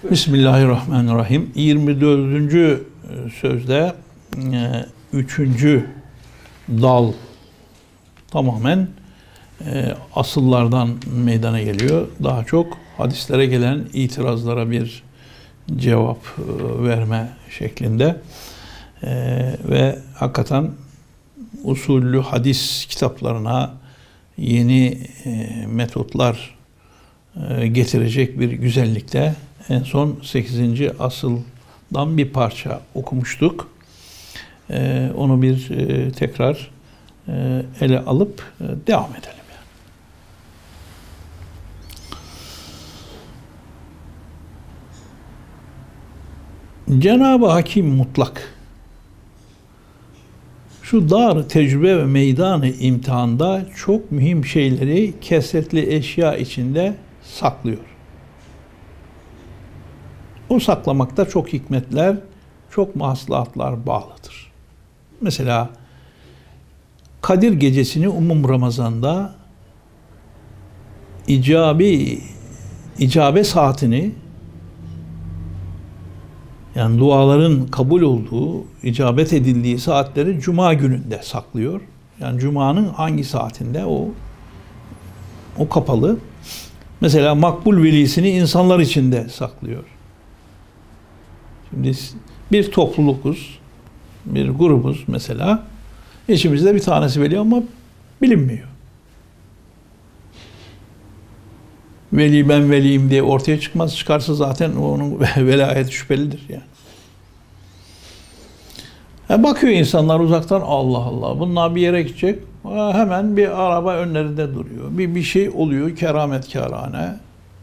Bismillahirrahmanirrahim. 24. sözde 3. dal tamamen asıllardan meydana geliyor. Daha çok hadislere gelen itirazlara bir cevap verme şeklinde ve hakikaten usullü hadis kitaplarına yeni metotlar getirecek bir güzellikte. En son 8. asıldan bir parça okumuştuk. Onu bir tekrar ele alıp devam edelim. Cenab-ı Hakim mutlak şu dar tecrübe ve meydanı imtihanda çok mühim şeyleri kesretli eşya içinde saklıyor. O saklamakta çok hikmetler, çok maslahatlar bağlıdır. Mesela Kadir gecesini umum Ramazan'da icabe saatini, yani duaların kabul olduğu, icabet edildiği saatleri Cuma gününde saklıyor. Yani Cuma'nın hangi saatinde o kapalı. Mesela makbul velisini insanlar içinde saklıyor. Şimdi bir toplulukuz, bir grubuz mesela. İçimizde bir tanesi veli ama bilinmiyor. Veli ben veliyim diye ortaya çıkmaz. Çıkarsa zaten onun velayeti şüphelidir yani. Bakıyor insanlar uzaktan, Allah Allah bunlar bir yere gidecek. Hemen bir araba önlerinde duruyor. Bir şey oluyor kerametkârane.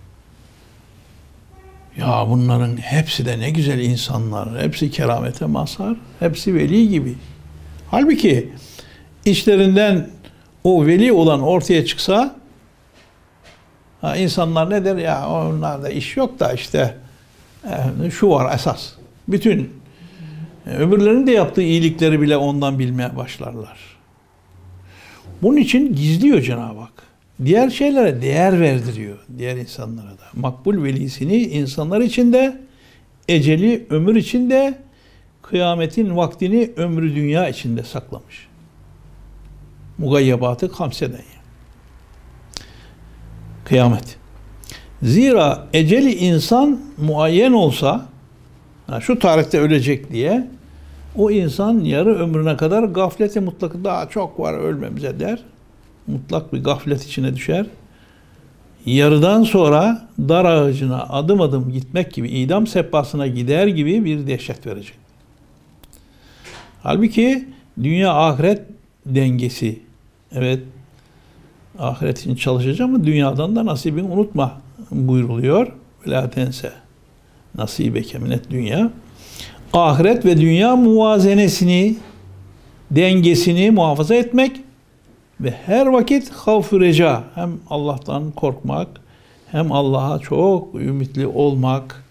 Ya bunların hepsi de ne güzel insanlar. Hepsi keramete mazhar. Hepsi veli gibi. Halbuki içlerinden o veli olan ortaya çıksa insanlar ne der? Ya onlarda iş yok da işte şu var esas. Bütün öbürlerinin de yaptığı iyilikleri bile ondan bilmeye başlarlar. Bunun için gizliyor Cenab-ı Hak. Diğer şeylere değer verdiriyor. Diğer insanlara da. Makbul velisini insanlar içinde, eceli ömür içinde, kıyametin vaktini ömrü dünya içinde saklamış. Mugayyebatı kamseden. Kıyamet. Zira eceli insan muayyen olsa, şu tarihte ölecek diye, o insan yarı ömrüne kadar gaflete mutlaka daha çok var ölmemize der. Mutlak bir gaflet içine düşer. Yarıdan sonra dar ağacına adım adım gitmek gibi, idam sehpasına gider gibi bir dehşet verecek. Halbuki dünya ahiret dengesi. Evet, ahiret için çalışacağım ama dünyadan da nasibini unutma buyruluyor. Vela tense nasibeke minet dünya. Ahiret ve dünya muvazenesini, dengesini muhafaza etmek ve her vakit havf-ı reca, hem Allah'tan korkmak, hem Allah'a çok ümitli olmak,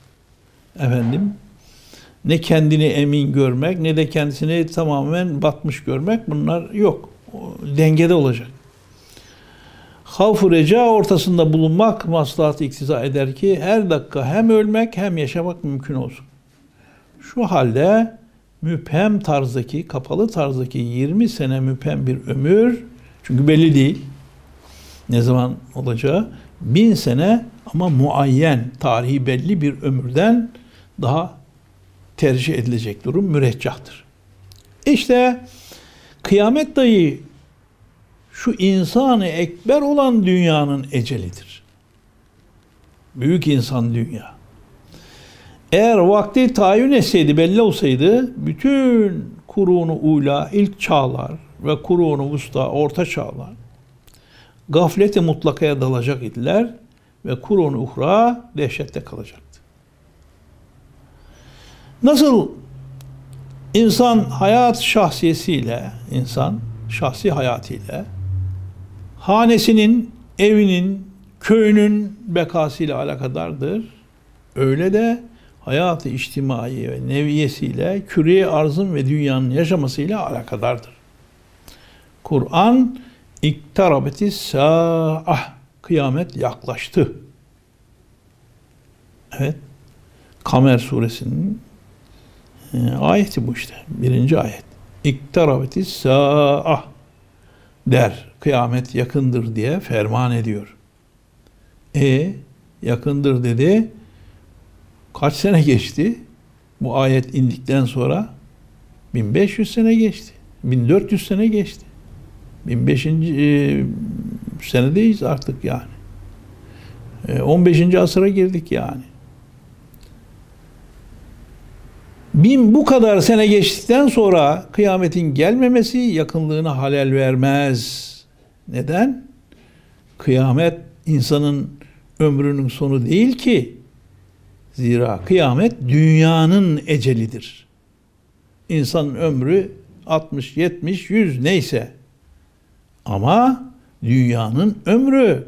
ne kendini emin görmek, ne de kendisini tamamen batmış görmek, bunlar yok. O dengede olacak. Havf-ı reca ortasında bulunmak maslahat iktiza eder ki her dakika hem ölmek hem yaşamak mümkün olsun. Şu halde müphem tarzdaki, kapalı tarzdaki 20 sene müphem bir ömür, çünkü belli değil ne zaman olacağı, 1000 sene ama muayyen, tarihi belli bir ömürden daha tercih edilecek durum müreccahtır. İşte kıyamet dahi şu insanı ekber olan dünyanın ecelidir. Büyük insan dünya. Eğer vakti tayin etseydi, belli olsaydı, bütün kurunu ula, ilk çağlar ve kurunu usta, orta çağlar gafleti mutlakaya dalacak idiler ve kurunu uhra dehşette kalacaktı. Nasıl insan hayat şahsiyesiyle, insan şahsi hayatıyla, hanesinin, evinin, köyünün bekasıyla alakadardır, öyle de hayatı içtimai ve neviyesiyle, küre arzın ve dünyanın yaşamasıyla alakadardır. Kur'an İktarabetis sa'ah, kıyamet yaklaştı. Evet. Kamer suresinin ayeti bu işte. 1. ayet. İktarabetis sa'ah der. Kıyamet yakındır diye ferman ediyor. Yakındır dedi. Kaç sene geçti? Bu ayet indikten sonra 1500 sene geçti. 1400 sene geçti. 15. Senedeyiz artık yani. 15. asıra girdik yani. Bu kadar sene geçtikten sonra kıyametin gelmemesi yakınlığına halel vermez. Neden? Kıyamet insanın ömrünün sonu değil ki. Zira kıyamet dünyanın ecelidir. İnsanın ömrü 60, 70, 100 neyse. Ama dünyanın ömrü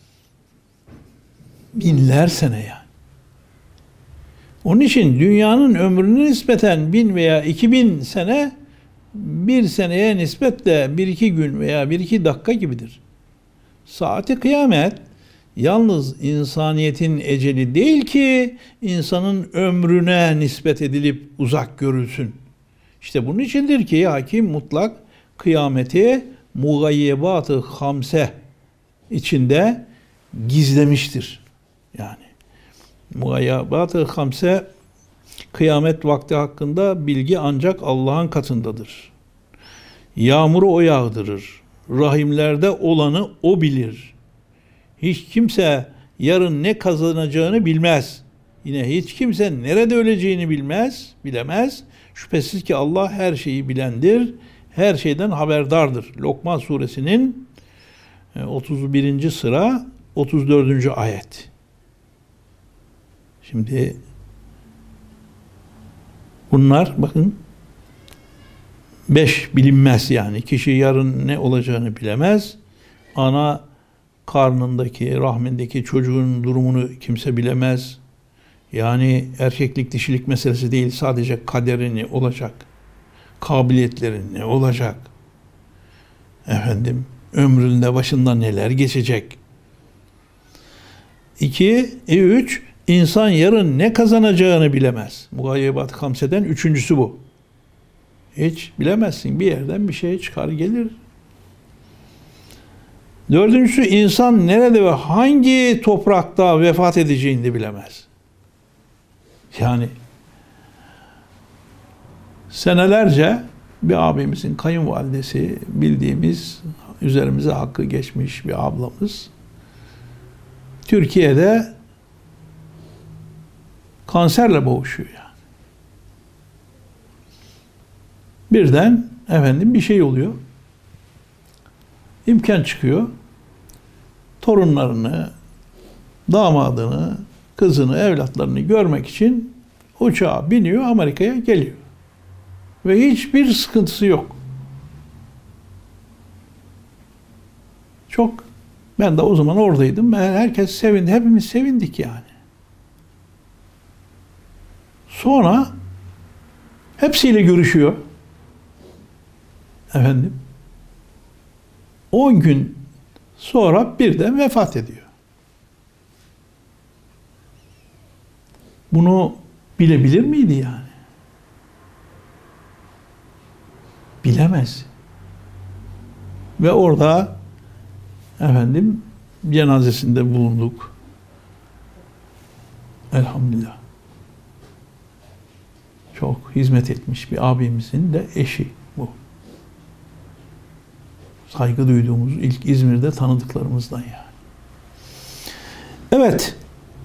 binler sene yani. Onun için dünyanın ömrüne nispeten 1000 veya 2000 sene bir seneye nispetle 1-2 gün veya 1-2 dakika gibidir. Saati kıyamet yalnız insaniyetin eceli değil ki insanın ömrüne nispet edilip uzak görülsün. İşte bunun içindir ki hakim mutlak kıyameti mugayyebat-ı hamse içinde gizlemiştir. Yani mugayyebat-ı hamse kıyamet vakti hakkında bilgi ancak Allah'ın katındadır. Yağmuru o yağdırır. Rahimlerde olanı o bilir. Hiç kimse yarın ne kazanacağını bilmez. Yine hiç kimse nerede öleceğini bilemez. Şüphesiz ki Allah her şeyi bilendir, her şeyden haberdardır. Lokman suresinin 31. sıra 34. ayet. Şimdi bunlar bakın 5 bilinmez yani. Kişi yarın ne olacağını bilemez. Ana karnındaki, rahmindeki çocuğun durumunu kimse bilemez. Yani erkeklik, dişilik meselesi değil. Sadece kaderi ne olacak? Kabiliyetleri ne olacak? Ömründe başından neler geçecek? 3. İnsan yarın ne kazanacağını bilemez. Mugayyebat-ı hamseden 3.'sü bu. Hiç bilemezsin. Bir yerden bir şey çıkar gelir. 4. insan nerede ve hangi toprakta vefat edeceğini de bilemez. Yani senelerce bir abimizin kayınvalidesi, bildiğimiz, üzerimize hakkı geçmiş bir ablamız, Türkiye'de kanserle boğuşuyor yani. Birden bir şey oluyor. İmkan çıkıyor. Torunlarını, damadını, kızını, evlatlarını görmek için uçağa biniyor, Amerika'ya geliyor. Ve hiçbir sıkıntısı yok. Ben de o zaman oradaydım. Herkes sevindi. Hepimiz sevindik yani. Sonra hepsiyle görüşüyor. 10 gün sonra birden vefat ediyor. Bunu bilebilir miydi yani? Bilemez. Ve orada cenazesinde bulunduk. Elhamdülillah. Çok hizmet etmiş bir abimizin de eşi bu. Saygı duyduğumuz ilk İzmir'de tanıdıklarımızdan yani. Evet.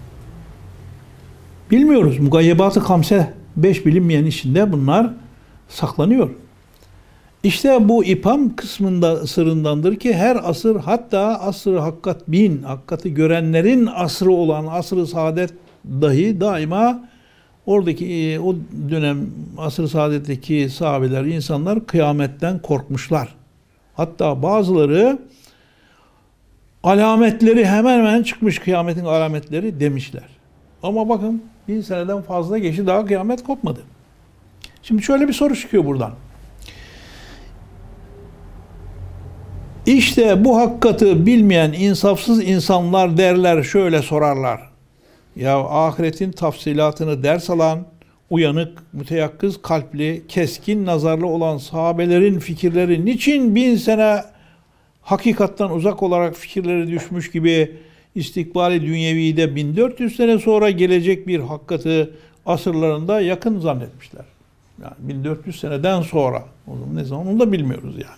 Bilmiyoruz. Mugayyebat-ı hamse 5 bilinmeyen içinde bunlar saklanıyor. İşte bu İpam kısmında sırrındandır ki her asır, hatta asr-ı hakkat hakkatı görenlerin asrı olan asr-ı saadet dahi daima oradaki o dönem asr-ı saadetteki sahabeler, insanlar kıyametten korkmuşlar. Hatta bazıları alametleri hemen çıkmış, kıyametin alametleri demişler. Ama bakın 1000 seneden fazla geçti, daha kıyamet kopmadı. Şimdi şöyle bir soru çıkıyor buradan. İşte bu hakikati bilmeyen insafsız insanlar derler, şöyle sorarlar. Ya ahiretin tafsilatını ders alan, uyanık, müteyakkız kalpli, keskin nazarlı olan sahabelerin fikirleri niçin 1000 sene hakikattan uzak olarak fikirleri düşmüş gibi istikbali dünyevi'de 1400 sene sonra gelecek bir hakikati asırlarında yakın zannetmişler. Yani 1400 seneden sonra. O zaman ne zaman onu da bilmiyoruz yani.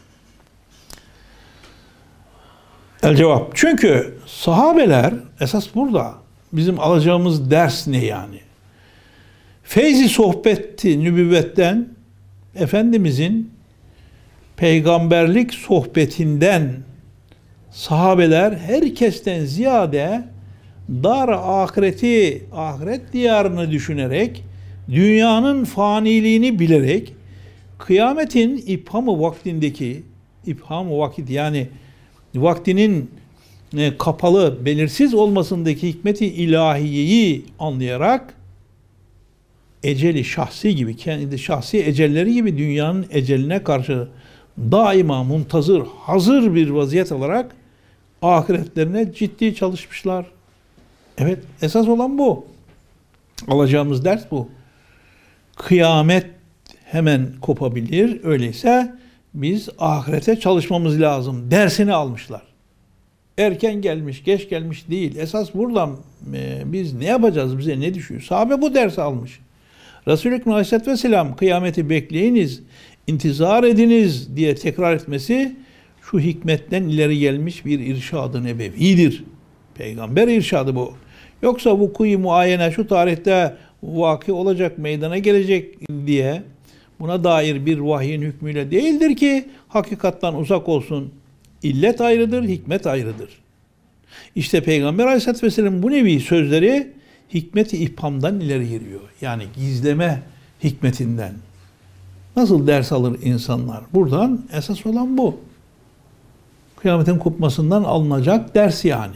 El cevap. Çünkü sahabeler esas burada. Bizim alacağımız ders ne yani? Feyzi sohbeti nübüvvetten, Efendimizin peygamberlik sohbetinden sahabeler herkesten ziyade ahireti, ahiret diyarını düşünerek, dünyanın faniliğini bilerek, kıyametin ibham-ı vakit yani vaktinin kapalı, belirsiz olmasındaki hikmeti ilahiyeyi anlayarak eceli şahsi gibi, kendi şahsi ecelleri gibi dünyanın eceline karşı daima muntazır, hazır bir vaziyet olarak ahiretlerine ciddi çalışmışlar. Evet, esas olan bu. Alacağımız ders bu. Kıyamet hemen kopabilir. Öyleyse biz ahirete çalışmamız lazım. Dersini almışlar. Erken gelmiş, geç gelmiş değil. Esas buradan biz ne yapacağız, bize ne düşüyor? Sahabe bu dersi almış. Resulü Ekrem Aleyhisselatü Vesselam kıyameti bekleyiniz, intizar ediniz diye tekrar etmesi şu hikmetten ileri gelmiş bir irşad-ı nebevidir. Peygamber irşadı bu. Yoksa vuku-i muayyene şu tarihte vaki olacak, meydana gelecek diye buna dair bir vahyin hükmüyle değildir ki hakikattan uzak olsun. İllet ayrıdır, hikmet ayrıdır. İşte Peygamber Aleyhisselatü Vesselam bu nevi sözleri hikmet-i ifhamdan ileri giriyor. Yani gizleme hikmetinden. Nasıl ders alır insanlar? Buradan esas olan bu. Kıyametin kopmasından alınacak ders yani.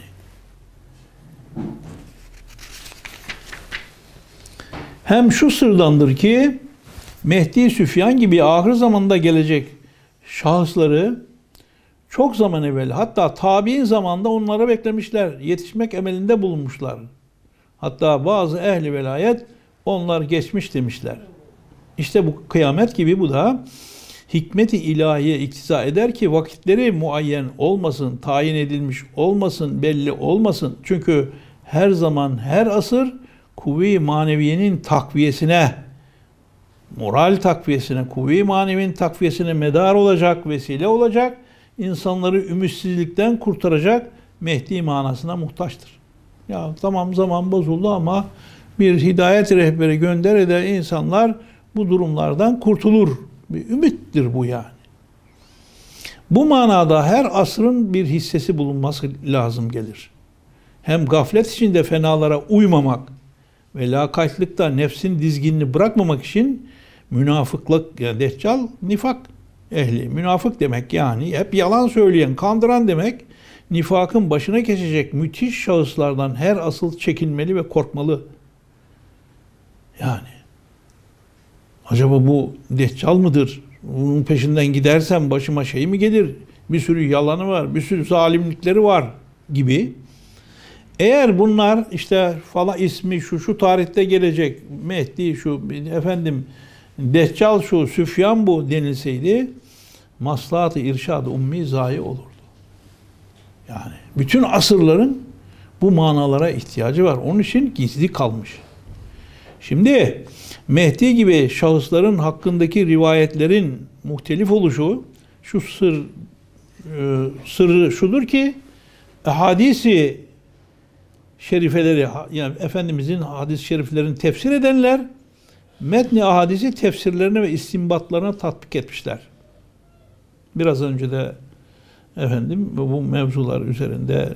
Hem şu sırdandır ki Mehdi Süfyan gibi ahir zamanda gelecek şahısları çok zaman evvel, hatta tabi'in zamanında onlara beklemişler. Yetişmek emelinde bulunmuşlar. Hatta bazı ehli velayet onlar geçmiş demişler. İşte bu kıyamet gibi bu da hikmet-i ilahiye iktiza eder ki vakitleri muayyen olmasın, tayin edilmiş olmasın, belli olmasın. Çünkü her zaman, her asır kuvve-i maneviyenin takviyesine, moral takviyesine, kuvve-i maneviyenin takviyesine medar olacak, vesile olacak, insanları ümitsizlikten kurtaracak Mehdi manasına muhtaçtır. Ya tamam zaman bozuldu ama bir hidayet rehberi gönder de insanlar bu durumlardan kurtulur. Bir ümittir bu yani. Bu manada her asrın bir hissesi bulunması lazım gelir. Hem gaflet içinde fenalara uymamak ve lakaytlıkta nefsin dizginini bırakmamak için münafıklık, yani deccal, nifak ehli. Münafık demek yani hep yalan söyleyen, kandıran demek. Nifakın başına geçecek müthiş şahıslardan her asıl çekinmeli ve korkmalı. Yani acaba bu deccal mıdır? Bunun peşinden gidersem başıma şey mi gelir? Bir sürü yalanı var, bir sürü zalimlikleri var gibi. Eğer bunlar işte falan ismi şu tarihte gelecek, Mehdi şu, efendim deccal şu, Süfyan bu denilseydi maslahat-ı irşad-ı ummi zayi olurdu. Yani bütün asırların bu manalara ihtiyacı var. Onun için gizli kalmış. Şimdi Mehdi gibi şahısların hakkındaki rivayetlerin muhtelif oluşu şu sırrı şudur ki hadisi şerifeleri yani Efendimizin hadis-i şeriflerini tefsir edenler metni ahadisi tefsirlerine ve istinbatlarına tatbik etmişler. Biraz önce de efendim bu mevzular üzerinde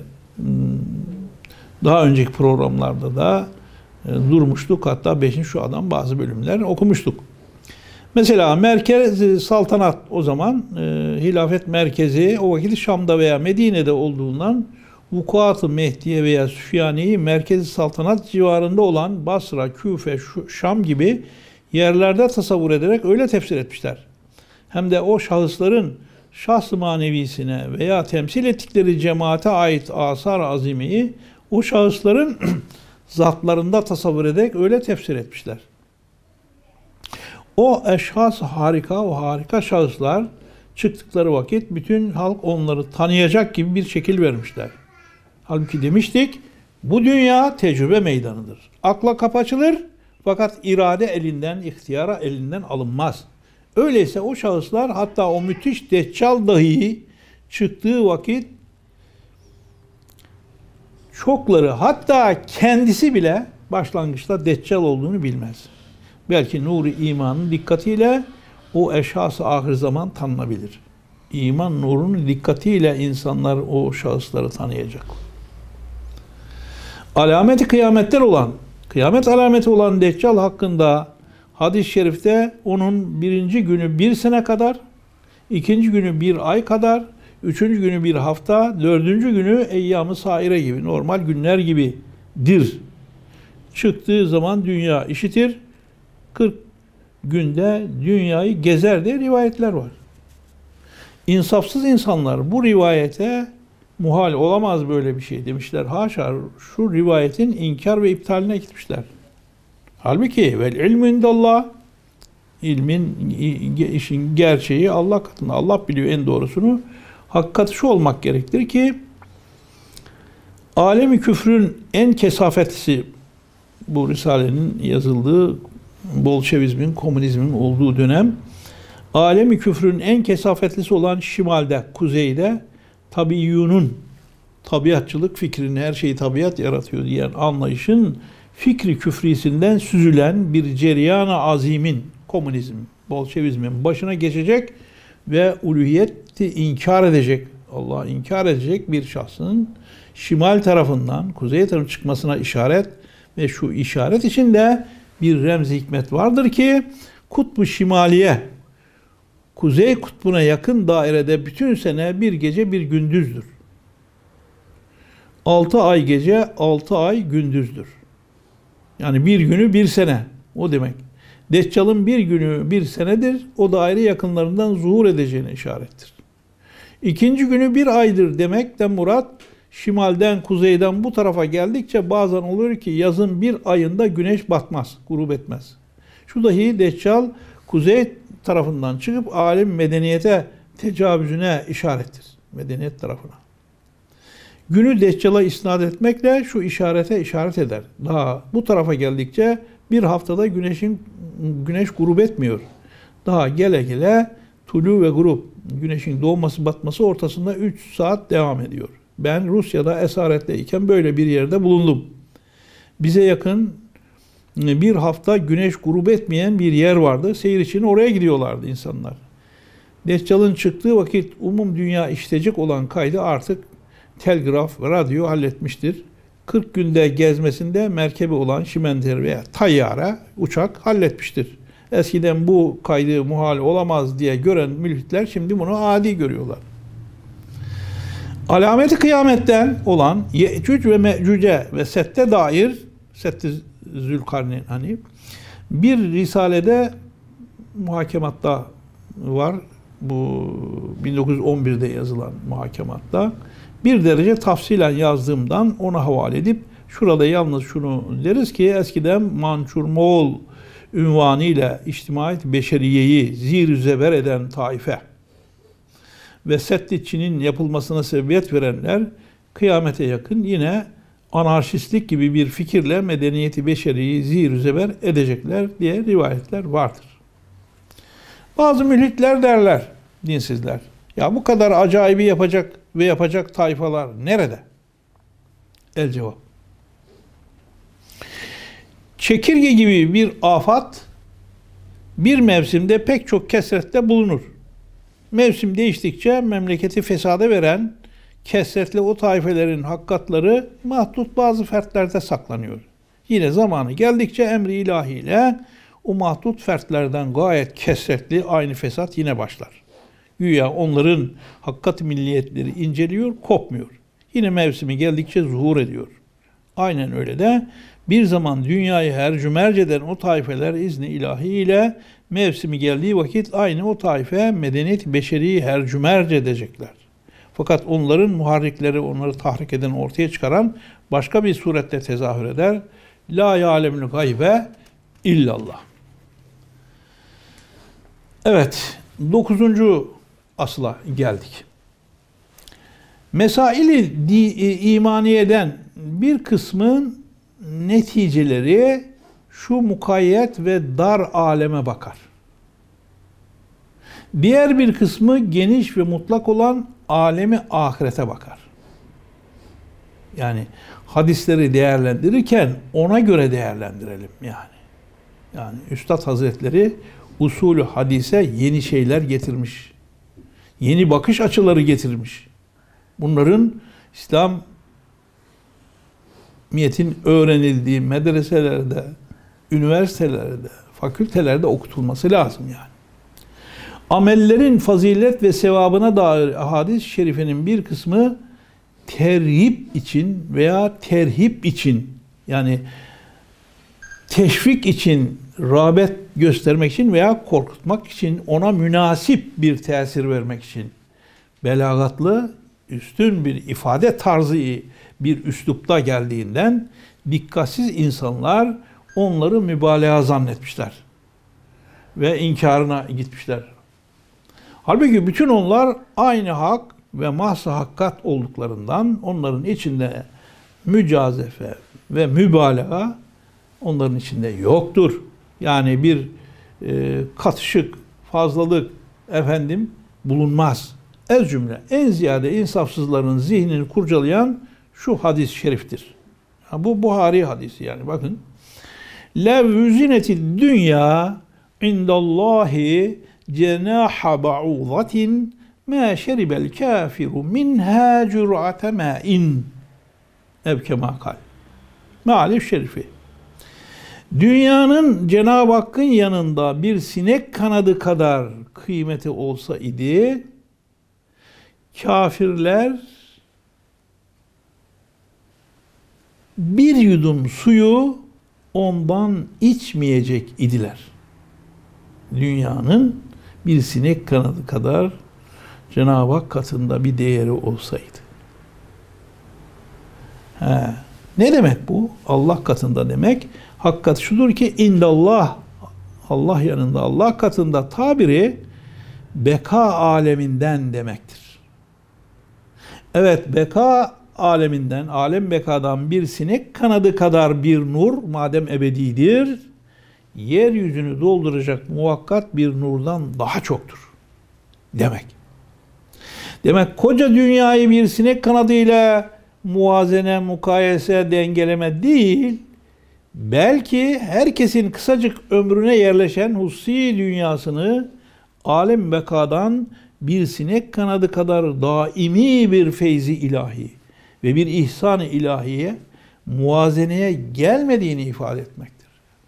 daha önceki programlarda da durmuştuk. Hatta 5. şuadan bazı bölümler okumuştuk. Mesela merkez saltanat o zaman hilafet merkezi o vakit Şam'da veya Medine'de olduğundan vukuat-ı Mehdiye veya Süfyani'yi merkezi saltanat civarında olan Basra, Küfe, Şam gibi yerlerde tasavvur ederek öyle tefsir etmişler. Hem de o şahısların şahs-ı manevisine veya temsil ettikleri cemaate ait asar-ı azimeyi o şahısların zatlarında tasavvur ederek öyle tefsir etmişler. O eşhas harika, o harika şahıslar çıktıkları vakit bütün halk onları tanıyacak gibi bir şekil vermişler. Halbuki demiştik, bu dünya tecrübe meydanıdır. Akla kapı açılır fakat irade elinden, ihtiyara elinden alınmaz. Öyleyse o şahıslar hatta o müthiş Deccal dahi çıktığı vakit çokları hatta kendisi bile başlangıçta Deccal olduğunu bilmez. Belki nuru imanın dikkatiyle o eşhas-ı ahir zaman tanınabilir. İman nurunun dikkatiyle insanlar o şahısları tanıyacak. Alameti kıyametler olan, kıyamet alameti olan Deccal hakkında hadis-i şerifte onun birinci günü bir sene kadar, ikinci günü bir ay kadar, üçüncü günü bir hafta, dördüncü günü eyyam-ı saire gibi, normal günler gibidir. Çıktığı zaman dünya işitir, 40 günde dünyayı gezer diye rivayetler var. İnsafsız insanlar bu rivayete muhal olamaz böyle bir şey demişler. Haşa, şu rivayetin inkar ve iptaline gitmişler. Halbuki vel ilmü indallah, işin gerçeği Allah katında. Allah biliyor en doğrusunu. Hakikati şu olmak gerektir ki alemi küfrün en kesafetlisi, bu Risale'nin yazıldığı Bolşevizmin, komünizmin olduğu dönem, alemi küfrün en kesafetlisi olan şimalde, kuzeyde tabiyyunun, tabiatçılık fikrinin her şeyi tabiat yaratıyor diyen anlayışın fikri küfrisinden süzülen bir ceryan-ı azimin, komünizm, Bolşevizmin başına geçecek ve uluhiyeti inkar edecek, Allah'ı inkar edecek bir şahsın şimal tarafından kuzey tarafına çıkmasına işaret ve şu işaret içinde bir remz-i hikmet vardır ki kutbu şimaliye, kuzey kutbuna yakın dairede bütün sene bir gece bir gündüzdür. 6 ay gece, 6 ay gündüzdür. Yani bir günü bir sene. O demek. Deccal'ın bir günü bir senedir. O daire yakınlarından zuhur edeceğine işarettir. İkinci günü bir aydır demekten murat, şimalden, kuzeyden bu tarafa geldikçe bazen olur ki yazın bir ayında güneş batmaz, grup etmez. Şu dahi Deccal kuzey tarafından çıkıp alim medeniyete tecavüzüne işarettir. Medeniyet tarafına. Günü Deccal'a isnat etmekle şu işarete işaret eder. Daha bu tarafa geldikçe bir haftada güneş grup etmiyor. Daha gele gele tulu ve grup, güneşin doğması batması ortasında 3 saat devam ediyor. Ben Rusya'da esaretleyken böyle bir yerde bulundum. Bize yakın bir hafta güneş grup etmeyen bir yer vardı. Seyir için oraya gidiyorlardı insanlar. Deccal'ın çıktığı vakit umum dünya işleyecek olan kaydı artık telgraf, radyo halletmiştir. 40 günde gezmesinde merkebi olan şimender veya tayyare, uçak halletmiştir. Eskiden bu kaydı muhal olamaz diye gören mülhitler şimdi bunu adi görüyorlar. Alameti kıyametten olan Yecüc ve Mecüce ve Sett'e dair, Sett-i Zülkarneyn hani bir risalede muhakematta var. Bu 1911'de yazılan muhakematta bir derece tafsilen yazdığımdan ona havale edip şurada yalnız şunu deriz ki eskiden Mançur Moğol ünvanıyla içtimait beşeriyeyi zir zeber eden taife ve Sett-i Çin'in yapılmasına sebebiyet verenler kıyamete yakın yine anarşistlik gibi bir fikirle medeniyeti beşeriyi zir zeber edecekler diye rivayetler vardır. Bazı mülhitler derler, dinsizler. Ya bu kadar acayibi yapacak tayfalar nerede? El cevap. Çekirge gibi bir afat bir mevsimde pek çok kesrette bulunur. Mevsim değiştikçe memleketi fesada veren kesretli o taifelerin hakikatları mahdut bazı fertlerde saklanıyor. Yine zamanı geldikçe emri ilahiyle o mahdut fertlerden gayet kesretli aynı fesat yine başlar. Güya onların hakikat milliyetleri inceliyor, kopmuyor. Yine mevsimi geldikçe zuhur ediyor. Aynen öyle de bir zaman dünyayı hercümerc eden o taifeler izni ilahiyle mevsimi geldiği vakit aynı o taife medeniyet beşeriyi hercümerc edecekler. Fakat onların muharrikleri, onları tahrik eden, ortaya çıkaran başka bir surette tezahür eder. La ya'lemul gaybe illallah. Evet, 9. asla geldik. Mesail-i imaniyeden bir kısmın neticeleri şu mukayyet ve dar aleme bakar. Diğer bir kısmı geniş ve mutlak olan alemi ahirete bakar. Yani hadisleri değerlendirirken ona göre değerlendirelim yani. Yani Üstad Hazretleri usulü hadise yeni şeyler getirmiş. Yeni bakış açıları getirmiş. Bunların İslamiyet'in öğrenildiği medreselerde, üniversitelerde, fakültelerde okutulması lazım yani. Amellerin fazilet ve sevabına dair hadis-i şerifenin bir kısmı terhip için veya terhip için, yani teşvik için, rağbet göstermek için veya korkutmak için, ona münasip bir tesir vermek için belagatlı, üstün bir ifade tarzı bir üslupta geldiğinden dikkatsiz insanlar onları mübalağa zannetmişler ve inkarına gitmişler. Halbuki bütün onlar aynı hak ve mahz-ı hakikat olduklarından onların içinde mücazefe ve mübalağa onların içinde yoktur. Yani bir katışık, fazlalık bulunmaz. Ez cümle en ziyade insafsızların zihnini kurcalayan şu hadis-i şeriftir. Bu Buhari hadisi yani bakın. Lev yüzineti dünya indallahi cenaha ba'uzatin ma şeribel kafiru minha cür'ate ma'in ev kema kal. Meali şerifi. Dünyanın Cenab-ı Hakk'ın yanında bir sinek kanadı kadar kıymeti olsa idi, kafirler bir yudum suyu ondan içmeyecek idiler. Dünyanın bir sinek kanadı kadar Cenab-ı Hak katında bir değeri olsaydı. Ne demek bu? Allah katında demek. Hakikat şudur ki indallah, Allah yanında, Allah katında tabiri beka aleminden demektir. Evet, beka aleminden, alem bekadan bir sinek kanadı kadar bir nur madem ebedidir, yeryüzünü dolduracak muvakkat bir nurdan daha çoktur demek. Demek koca dünyayı bir sinek kanadıyla muvazene, mukayese, dengeleme değil, belki herkesin kısacık ömrüne yerleşen hussi dünyasını alem bekadan bir sinek kanadı kadar daimi bir feyzi ilahi ve bir ihsan-ı ilahiye muvazeneye gelmediğini ifade etmektir.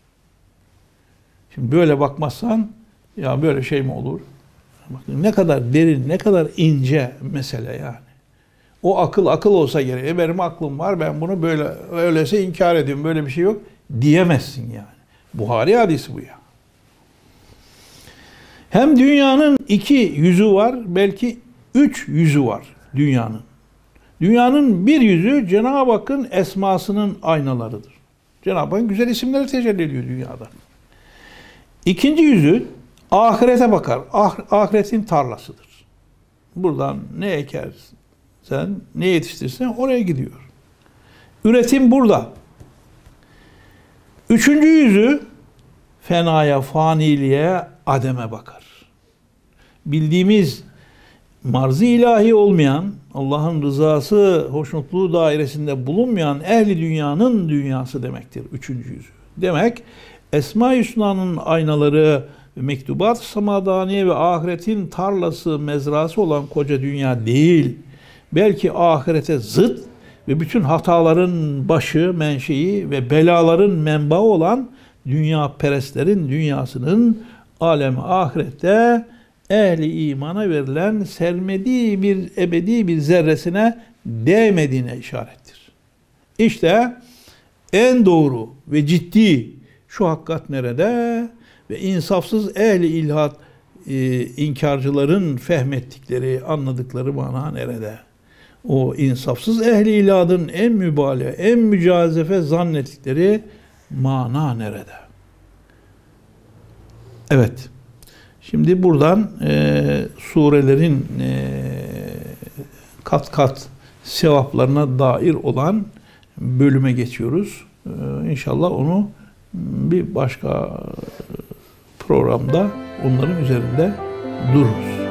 Şimdi böyle bakmazsan ya böyle şey mi olur? Bakın ne kadar derin, ne kadar ince mesele yani. O akıl olsa gerek. Benim aklım var, ben bunu böyle öylese inkar ediyorum. Böyle bir şey yok diyemezsin yani. Buhari hadisi bu ya. Hem dünyanın 2 yüzü var, belki 3 yüzü var dünyanın. Dünyanın bir yüzü Cenab-ı Hakk'ın esmasının aynalarıdır. Cenab-ı Hakk'ın güzel isimleri tecelli ediyor dünyada. İkinci yüzü ahirete bakar. Ahiretin tarlasıdır. Buradan ne ekersen, ne yetiştirirsen oraya gidiyor. Üretim burada. Üçüncü yüzü fenaya, faniliğe, ademe bakar. Bildiğimiz marz-ı ilahi olmayan, Allah'ın rızası, hoşnutluğu dairesinde bulunmayan ehli dünyanın dünyası demektir. Üçüncü yüzü. Demek Esma-i Hüsna'nın aynaları ve mektubat-ı samadaniye ve ahiretin tarlası, mezrası olan koca dünya değil, belki ahirete zıt ve bütün hataların başı, menşei ve belaların menbaı olan dünya perestlerin dünyasının alem ahirette ehli imana verilen sermediği bir ebedi bir zerresine değmediğine işarettir. İşte en doğru ve ciddi şu hakikat nerede? Ve insafsız ehli ilhat inkarcıların fehmettikleri, anladıkları mana nerede? o insafsız ehli iladın en mübalağa, en mücazefe zannettikleri mana nerede? Evet. Şimdi buradan surelerin kat kat sevaplarına dair olan bölüme geçiyoruz. İnşallah onu bir başka programda onların üzerinde dururuz.